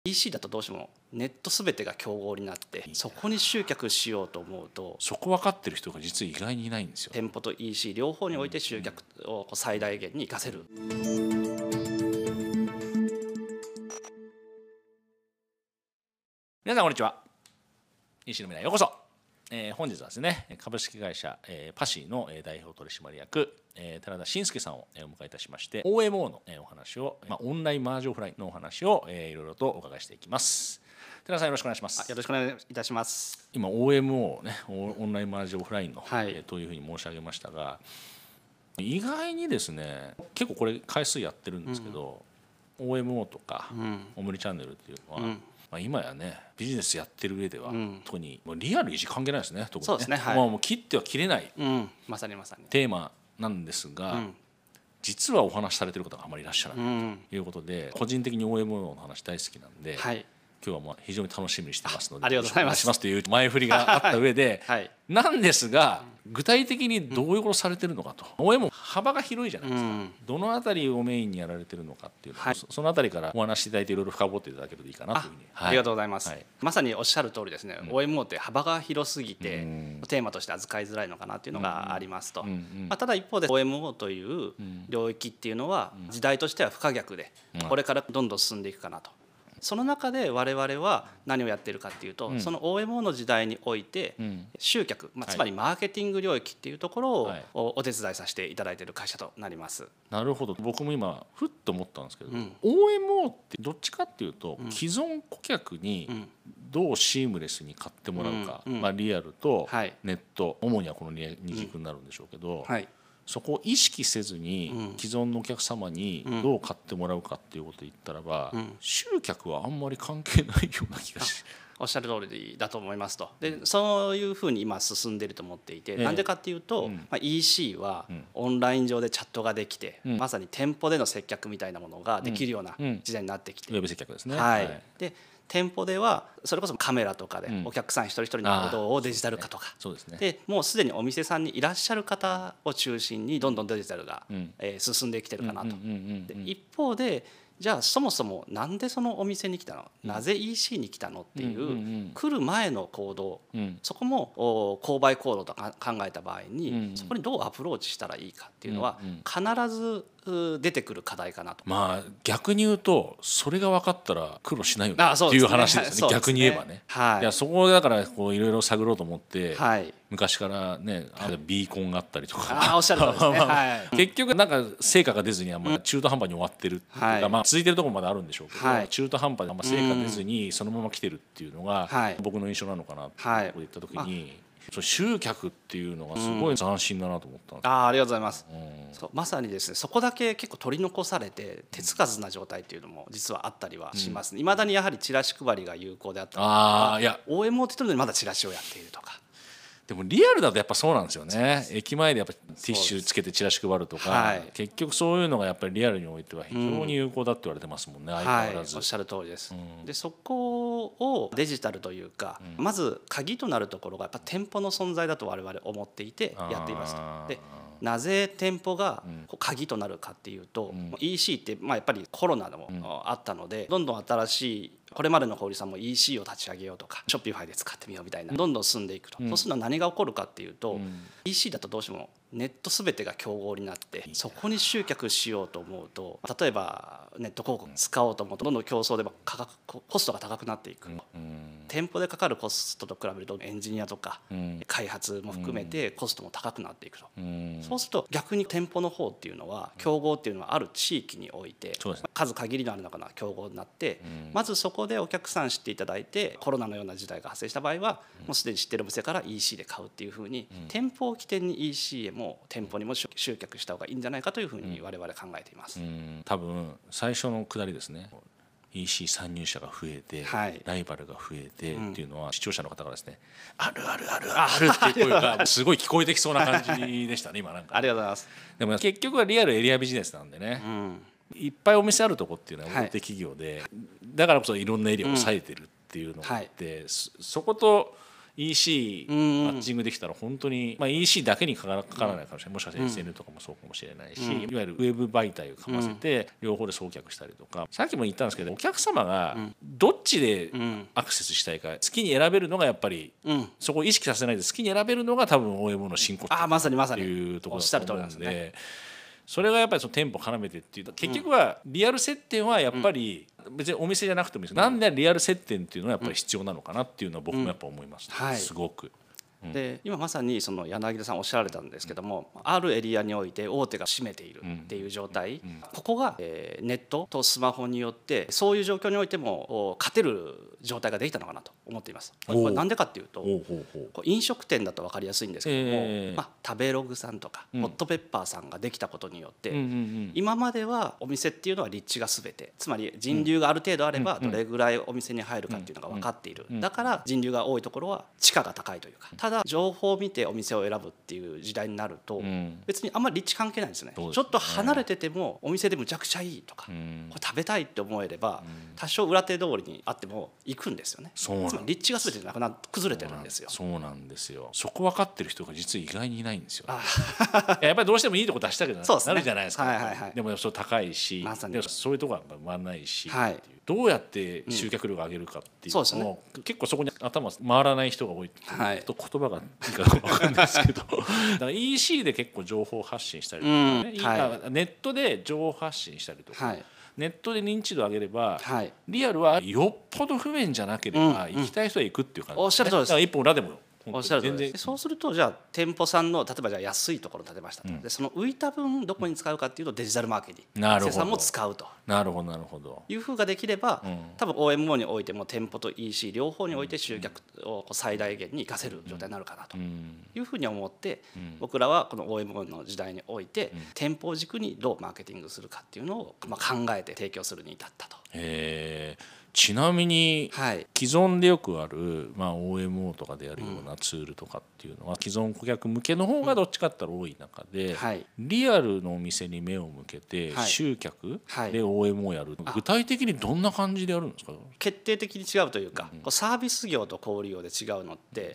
EC だとどうしてもネットすべてが競合になってそこに集客しようと思うとそこ分かってる人が実は意外にいないんですよ。 店舗と EC 両方において集客を最大限に活かせる。 皆さんこんにちは。EC の未来へようこそ。本日はですね株式会社、パシーの代表取締役、寺田伸介さんをお迎えいたしまして OMO のお話を、オンラインマージオフラインのお話を、いろいろとお伺いしていきます。寺田さんよろしくお願いします。 よろしくお願いいたします。 今 OMO ねオンラインマージオフラインの、 はい、 というふうに申し上げましたが、意外にですね結構これ回数やってるんですけど、OMO とか、オムニチャンネルっていうのは、今やねビジネスやってる上では、特にもうリアル維持関係ないですね。特にね、 そうですね、はい、 もう切っては切れない、 まさにテーマなんですが、実はお話しされてる方があまりいらっしゃらないということで、個人的に OMO の話大好きなんで、今日はまあ非常に楽しみにしてますので、 ありがとうございます。 お願いしますという前振りがあった上で、なんですが具体的にどういうことされてるのかと、OMO 幅が広いじゃないですか、どのあたりをメインにやられてるのかっていうの、そのあたりからお話しいただいていろいろ深掘っていただけるといいかなというふうに。 ありがとうございます。まさにおっしゃる通りですね、OMO って幅が広すぎて、テーマとして扱いづらいのかなというのがありますと、ただ一方で OMO という領域っていうのは時代としては不可逆で、これからどんどん進んでいくかなと。その中で我々は何をやっているかっていうと、その OMO の時代において集客、つまりマーケティング領域っていうところをお手伝いさせていただいている会社となります。 なるほど。僕も今ふっと思ったんですけど、OMO ってどっちかっていうと、既存顧客にどうシームレスに買ってもらうか、リアルとネット、主にはこの二軸になるんでしょうけど、そこを意識せずに既存のお客様にどう買ってもらうかっていうことで言ったらば、集客はあんまり関係ないような気がして。 おっしゃる通りだと思いますと。でそういうふうに今進んでいると思っていて、なんでかっていうと、EC はオンライン上でチャットができて、まさに店舗での接客みたいなものができるような時代になってきて、 ウェブ接客ですね。 で店舗ではそれこそカメラとかでお客さん一人一人の行動をデジタル化とか、でもうすでにお店さんにいらっしゃる方を中心にどんどんデジタルが進んできてるかなと。で一方でじゃあそもそもなんでそのお店に来たの、なぜ EC に来たのっていう来る前の行動、そこも購買行動と考えた場合に、そこにどうアプローチしたらいいかっていうのは必ず出てくる課題かなと。 逆に言うとそれが分かったら苦労しないよねっていう話ですよね。逆に言えばね。いやそこだからこういろいろ探ろうと思って、昔からねビーコンがあったりとか、 おっしゃる通りですね。 結局なんか成果が出ずに中途半端に終わってるっていうか、続いてるところまであるんでしょうけど、中途半端で成果出ずにそのまま来てるっていうのが僕の印象なのかなって言った時に、集客っていうのがすごい斬新だなと思ったんです。 ありがとうございます。まさにですね、そこだけ結構取り残されて手つかずな状態っていうのも実はあったりはします。いまだにやはりチラシ配りが有効であったりとか、OMO って言ってるのにまだチラシをやっているとか。 でもリアルだとやっぱそうなんですよね。駅前でやっぱティッシュつけてチラシ配るとか、結局そういうのがやっぱりリアルにおいては非常に有効だって言われてますもんね。相変わらず。 おっしゃる通りです。でそこをデジタルというか、まず鍵となるところがやっぱ店舗の存在だと我々思っていてやっていますと。でなぜ店舗が鍵となるかっていうと、EC ってやっぱりコロナもあったので、どんどん新しいこれまでの小売さんも EC を立ち上げようとか、ショッピファイで使ってみようみたいなどんどん進んでいくと。そうすると何が起こるかっていうと、EC だとどうしてもネットすべてが競合になってそこに集客しようと思うと、例えばネット広告使おうと思うとどんどん競争でコストが高くなっていく。店舗でかかるコストと比べるとエンジニアとか開発も含めてコストも高くなっていくと。そうすると逆に店舗の方っていうのは競合っていうのはある地域において数限りのある中の競合になって、まずそこでお客さん知っていただいて、コロナのような時代が発生した場合はもうすでに知ってるお店から EC で買うっていうふうに、店舗を起点に EC へも店舗にも集客した方がいいんじゃないかというふうに我々考えています。 多分最初の下りですね、EC 参入者が増えて、ライバルが増えてっていうのは視聴者の方からですね、あるあるあるあるっていう声がすごい聞こえてきそうな感じでしたね今なんか。 ありがとうございます。 でも結局はリアルエリアビジネスなんでね、いっぱいお店あるとこっていうのは大手企業で、だからこそいろんなエリアを抑えてるっていうのがあって、そこと EC マッチングできたら本当に、まあ、EC だけにかからないかもしれない、もしかしたら SN とかもそうかもしれないし、いわゆるウェブ媒体をかませて両方で送客したりとか、さっきも言ったんですけどお客様がどっちでアクセスしたいか好きに選べるのがやっぱり、そこを意識させないで好きに選べるのが多分 OMO の真骨頂っていうところだと思うんで。それがやっぱりその店舗絡めてっていうと結局はリアル接点はやっぱり別にお店じゃなくてもいいですけど、なんでリアル接点っていうのはやっぱり必要なのかなっていうのは僕もやっぱ思います、すごく。 で今まさにその柳田さんおっしゃられたんですけども、あるエリアにおいて大手が占めているっていう状態、ここがネットとスマホによってそういう状況においても勝てる状態ができたのかなと思っています。これなんでかっていうと、飲食店だと分かりやすいんですけども、食べログさんとかホットペッパーさんができたことによって、今まではお店っていうのは立地が全て、つまり人流がある程度あればどれぐらいお店に入るかっていうのが分かっている。だから人流が多いところは地価が高いというか、ただ情報を見てお店を選ぶっていう時代になると、別にあんまり立地関係ないんですね。ちょっと離れててもお店でむちゃくちゃいいとか、これ食べたいって思えれば多少裏手通りにあっても行くんですよね。つまり立地が全てなくな崩れてるんですよ。 そうなんですよ。そこ分かってる人が実は意外にいないんですよ。やっぱりどうしてもいいとこ出したくなるじゃないですか。でもそれ高いし、でもそういうとこは回らないし、どうやって集客力を上げるかっていうのも結構そこに頭回らない人が多いっていうと言葉がいいか分かるんですけどだから EC で結構情報発信したりとかね、ネットで情報発信したりとか、ネットで認知度を上げれば、リアルはよっぽど不便じゃなければ行きたい人は行くっていう感じ、 おっしゃる通りです。 だから一本裏でもおっしゃる通りです。そうするとじゃあ店舗さんの例えばじゃあ安いところを建てましたと、でその浮いた分どこに使うかっていうとデジタルマーケティング、生産も使うというふうができれば、多分 OMO においても店舗と EC 両方において集客を最大限に生かせる状態になるかなというふうに思って、僕らはこの OMO の時代において店舗軸にどうマーケティングするかっていうのを考えて提供するに至ったと。 ちなみに既存でよくある、OMO とかでやるようなツールとかっていうのは既存顧客向けの方がどっちかって言ったら多い中で、リアルのお店に目を向けて集客で OMO をやる、具体的にどんな感じでやるんですか？ 決定的に違うというか、サービス業と小売業で違うのって、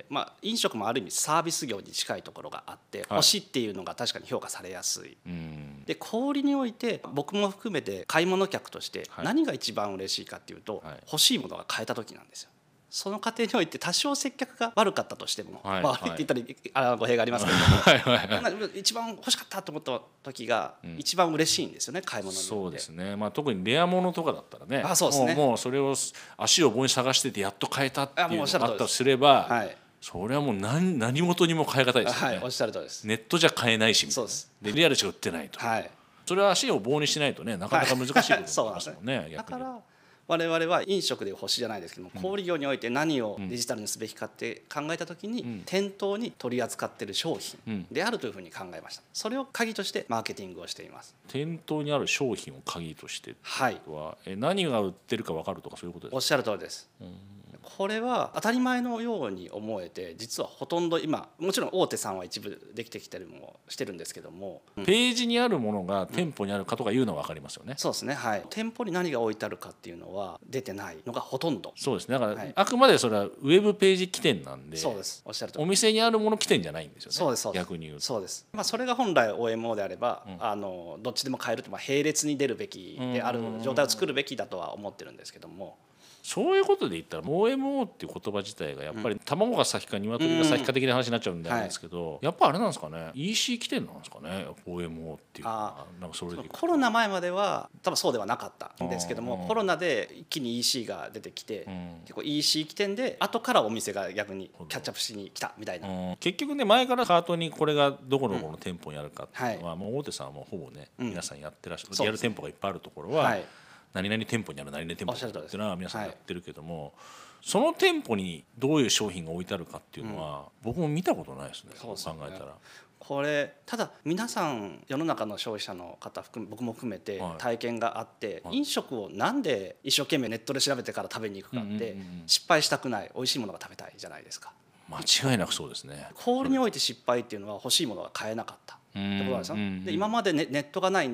飲食もある意味サービス業に近いところがあって、星っていうのが確かに評価されやすい。で小売において僕も含めて買い物客として何が一番嬉しいかっていうと、欲しいものが買えた時なんですよ。その過程において多少接客が悪かったとしても、悪いって言ったら語弊がありますけど一番欲しかったと思った時が一番嬉しいんですよね、買い物に。 そうですね、特にレア物とかだったらね、もうそれを足を棒に探しててやっと買えたっていうのがあったとすれば、それはもう何事にも買い難いですよね。 おっしゃる通りです。 ネットじゃ買えないしみたいな。でリアルしか売ってないと、それは足を棒にしないとねなかなか難しいことになりますもんね。 だから我々は飲食で星じゃないですけども、小売業において何をデジタルにすべきかって考えた時に、店頭に取り扱っている商品であるというふうに考えました。それを鍵としてマーケティングをしています。 店頭にある商品を鍵としては、何が売ってるか分かるとかそういうことですか？ おっしゃる通りです。これは当たり前のように思えて、実はほとんど今もちろん大手さんは一部できてきてるもしてるんですけども、 ページにあるものが店舗にあるかとかいうのは分かりますよね。 そうですね、店舗に何が置いてあるかっていうのは出てないのがほとんど。 そうですね、だから、あくまでそれはウェブページ起点なんで、 そうです、おっしゃるとおり。 お店にあるもの起点じゃないんですよね。 そうです、 逆に言うと。 そうです。それが本来 OMO であれば、どっちでも買えると、並列に出るべきである状態を作るべきだとは思ってるんですけども。 そういうことで言ったら OMO っていう言葉自体がやっぱり卵が先か鶏が先か的な話になっちゃうんですけど、やっぱあれなんですかね、 EC 起点なんですかね OMO っていうのは。なんかそれでコロナ前までは多分そうではなかったんですけども、コロナで一気に EC が出てきて、結構 EC 起点で後からお店が逆にキャッチアップしに来たみたいな。 結局ね、前からカートにこれがどこの店舗にあるかっていうのは、もう大手さんはもうほぼね皆さんやってらっしゃる、リアル店舗がいっぱいあるところは何々店舗にある何々店舗っていうのは皆さんやってるけども、その店舗にどういう商品が置いてあるかっていうのは僕も見たことないですね。そう考えたらこれただ皆さん世の中の消費者の方僕も含めて体験があって、飲食をなんで一生懸命ネットで調べてから食べに行くかって、失敗したくない、美味しいものが食べたいじゃないですか。 間違いなくそうですね。 小売において失敗っていうのは欲しいものが買えなかったってことなんですよ。で今までネットがないんで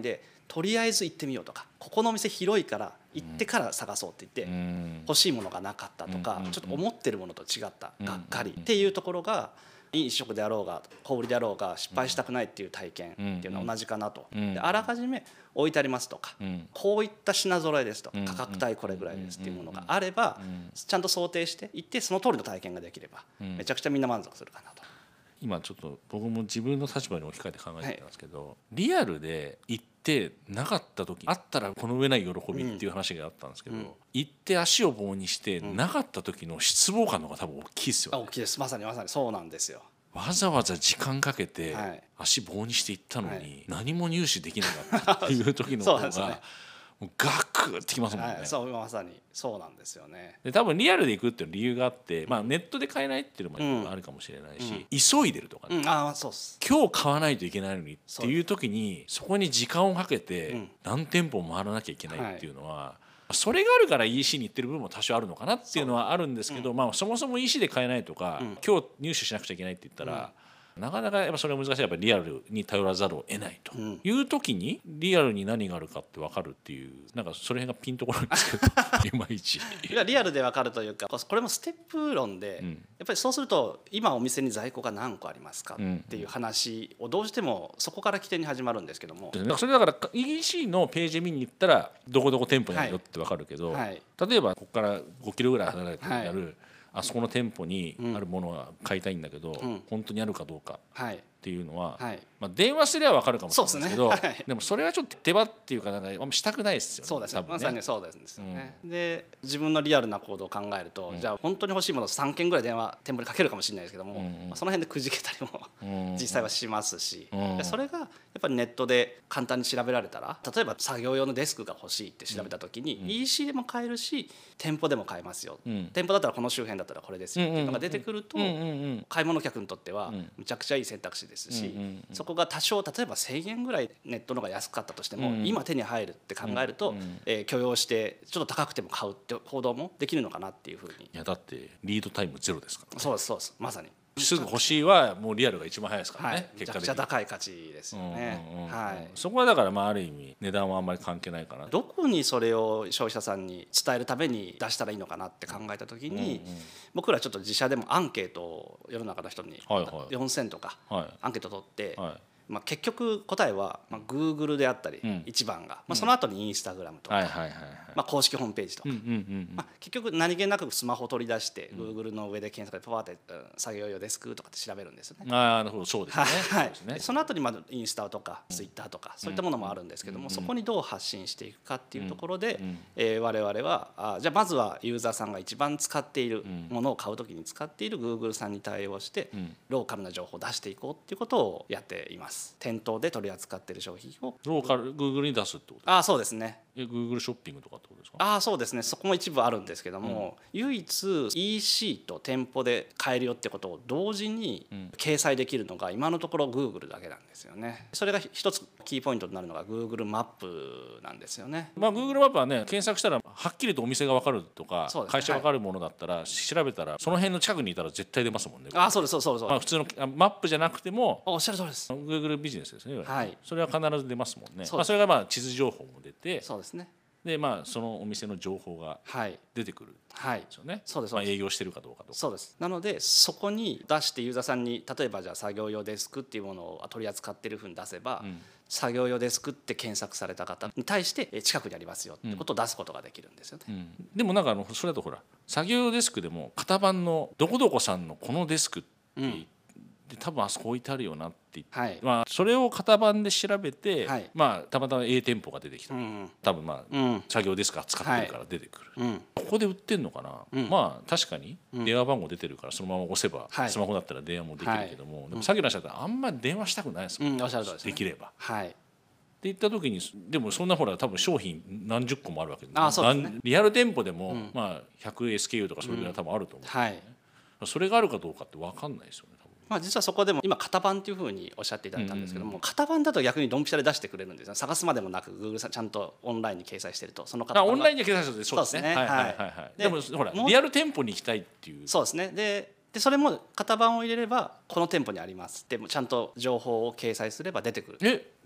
とりあえず行ってみようとか、ここのお店広いから行ってから探そうって言って欲しいものがなかったとか、ちょっと思ってるものと違った、がっかりっていうところが、飲食であろうが小売りであろうが失敗したくないっていう体験っていうのは同じかなと。であらかじめ置いてありますとか、こういった品揃えですとか、価格帯これぐらいですっていうものがあれば、ちゃんと想定して行ってその通りの体験ができればめちゃくちゃみんな満足するかなと。 今ちょっと僕も自分の立場に置き換えて考えてたんですけど、リアルで行ってなかった時、あったらこの上ない喜びっていう話があったんですけど、行って足を棒にしてなかった時の失望感の方が多分大きいですよね。 大きいです。まさにそうなんですよ。 わざわざ時間かけて足棒にしていったのに何も入手できなかったっていう時の方がもうガクってきますもんね。 そう、まさにそうなんですよね。 で多分リアルで行くっていう理由があって、まあ、ネットで買えないっていうのもあるかもしれないし、急いでるとかね、 そうっす。 今日買わないといけないのにっていう時にそこに時間をかけて何店舗も回らなきゃいけないっていうのは、それがあるから EC に行ってる部分も多少あるのかなっていうのはあるんですけど、まあ、そもそも EC で買えないとか、今日入手しなくちゃいけないって言ったら、なかなかやっぱそれは難しい。やっぱりリアルに頼らざるを得ないという時にリアルに何があるかって分かるっていう、なんかそれ辺がピンとこないんですけどいまいちリアルで分かるというか、これもステップ論で、やっぱりそうすると今お店に在庫が何個ありますかっていう話をどうしてもそこから起点に始まるんですけども、 それだから EC のページ見に行ったらどこどこ店舗にあるよって分かるけど、例えばここから5キロぐらい離れてあるあそこの店舗にあるものは買いたいんだけど、本当にあるかどうかっていうのは、まあ、電話すれば分かるかもしれないですけど、でもそれはちょっと手間っていうか、なんかしたくないですよね。 そうですね、まさにそうですよね。で自分のリアルな行動を考えると、じゃあ本当に欲しいものを3件ぐらい店舗にかけるかもしれないですけども、その辺でくじけたりも実際はしますし、それがやっぱりネットで簡単に調べられたら、例えば作業用のデスクが欲しいって調べた時に EC でも買えるし店舗でも買えますよ、店舗だったらこの周辺だったらこれですよっていうのが出てくると、買い物客にとってはむちゃくちゃいい選択肢ですし、そこが多少例えば1,000円ぐらいネットの方が安かったとしても、今手に入るって考えると、許容してちょっと高くても買うって行動もできるのかなっていうふうに。 いやだってリードタイムゼロですから、 そうですそうです、まさにすぐ欲しいはもうリアルが一番早いですからね、 めちゃくちゃ高い価値ですよね。 そこはだからまあある意味値段はあんまり関係ないかな。 どこにそれを消費者さんに伝えるために出したらいいのかなって考えた時に、僕らちょっと自社でもアンケートを世の中の人に4,000とかアンケート取って、まあ、結局答えはまあ Google であったり一番が、まあ、その後にインスタグラムとかまあ公式ホームページとか、まあ結局何気なくスマホを取り出して Google の上で検索でパワーって作業用デスクとかって調べるんですよね。 なるほど、そうですね。 その後にまあインスタとか Twitter とかそういったものもあるんですけども、そこにどう発信していくかっていうところで我々はじゃあまずはユーザーさんが一番使っているものを買うときに使っている Google さんに対応してローカルな情報を出していこうっていうことをやっています。店頭で取り扱っている商品をローカル Google に出すってこと？ そうですね。 Google ショッピングとかってことですか？ そうですね、そこも一部あるんですけども、唯一 EC と店舗で買えるよってことを同時に掲載できるのが今のところ Google だけなんですよね。それが一つキーポイントになるのが Google マップなんですよね。 まあ Google マップはね、検索したらはっきりとお店が分かるとか、会社分かるものだったら調べたらその辺の近くにいたら絶対出ますもんね。 そうですそうです。 まあ普通のマップじゃなくてもおっしゃる通りです。 Google ビジネスですね。それは必ず出ますもんね。 まあそれがまあ地図情報も出て、 そうですね。 でまあそのお店の情報が出てくるんですよね。 そうです。 まあ営業してるかどうかとか。 そうです。なのでそこに出してユーザーさんに例えばじゃあ作業用デスクっていうものを取り扱ってるふうに出せば、作業用デスクって検索された方に対して近くにありますよってことを出すことができるんですよね。 でもなんかそれだとほら作業用デスクでも型番のどこどこさんのこのデスクって多分あそこ置いてあるよなって言って、まあ、それを型番で調べて、まあ、たまたま A 店舗が出てきた、多分まあ、作業デスク扱ってるから出てくる、ここで売ってんのかな、まあ確かに電話番号出てるからそのまま押せば、スマホだったら電話もできるけども、でも作業の人だったらあんまり電話したくないですもん、できれば。って言った時にでもそんなほら多分商品何十個もあるわけで、リアル店舗でも、まあ 100SKU とかそれぐらい多分あると思う、それがあるかどうかって分かんないですよね。 実はそこでも今型番っていうふうにおっしゃっていただいたんですけども、型番だと逆にドンピシャで出してくれるんですよ。探すまでもなく Google さんちゃんとオンラインに掲載してるとその型番オンラインに掲載してる、そうですね。でもほらリアル店舗に行きたいっていう。 そうですね。でそれも型番を入れればこの店舗にありますでもちゃんと情報を掲載すれば出てくる。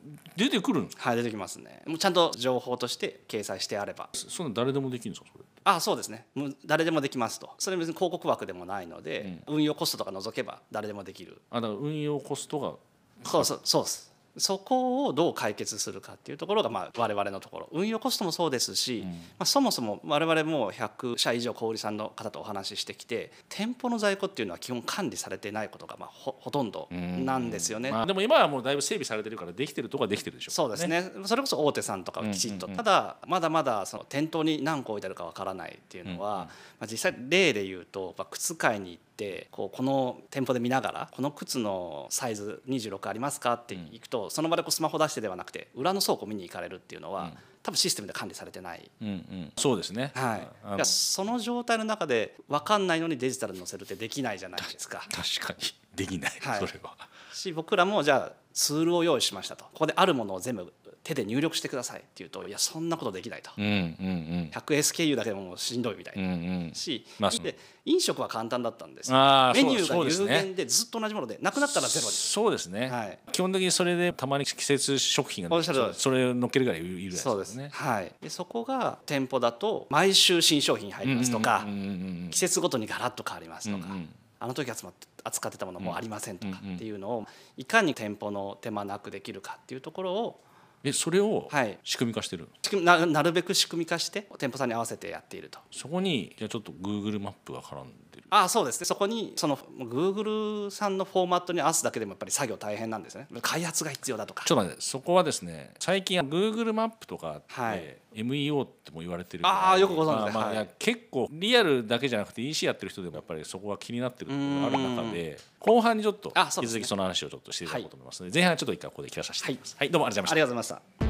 出てくるんですか？ はい、出てきますね。もうちゃんと情報として掲載してあれば。 そんな誰でもできるんですかそれ？ そうですね。もう誰でもできますと。それ別に広告枠でもないので、運用コストとか除けば誰でもできる。 だから運用コストがそうです。そこをどう解決するかっていうところが我々のところ。運用コストもそうですし、そもそも我々も100社以上小売さんの方とお話ししてきて、店舗の在庫っていうのは基本管理されてないことがほとんどなんですよね。 でも今はもうだいぶ整備されてるからできてるとこはできてるでしょ。 そうですね。それこそ大手さんとかはきちっと、ただまだまだその店頭に何個置いてあるかわからないっていうのは、実際例で言うと靴買いに行ってこの店舗で見ながらこの靴のサイズ26ありますかって行くと、その場でスマホ出してではなくて裏の倉庫見に行かれるっていうのは、多分システムで管理されてない、 そうですね、 いやその状態の中で分かんないのにデジタルに載せるってできないじゃないですか。 確かにできない、それは。 僕らもじゃあツールを用意しましたと、ここであるものを全部手で入力してくださいっていうと、いやそんなことできないと、100SKU だけでもしんどいみたいなし、で飲食は簡単だったんですよ。メニューが有限でずっと同じものでなくなったらゼロです。 そうですね、基本的にそれでたまに季節食品がそれを乗っけるぐらいいるやつですね。そうですね、 でそこが店舗だと毎週新商品入りますとか、季節ごとにガラッと変わりますとか、あの時扱ってたものもうありませんとかっていうのをいかに店舗の手間なくできるかっていうところを、 それを仕組み化してる、 なるべく仕組み化して店舗さんに合わせてやっていると。 そこにじゃあちょっと Google マップが絡んでる。 そうですね。そこにその Google さんのフォーマットに合わすだけでもやっぱり作業大変なんですね。開発が必要だとか。 ちょっと待って、そこはですね、最近は Google マップとかって、MEO っても言われてるから、 よくご存知で、 結構リアルだけじゃなくて EC やってる人でもやっぱりそこが気になってるところがある中で、後半にちょっと引き続きその話をちょっとしていただこうと思いますので、前半ちょっと一回ここで切らさせていただきます。どうもありがとうございました。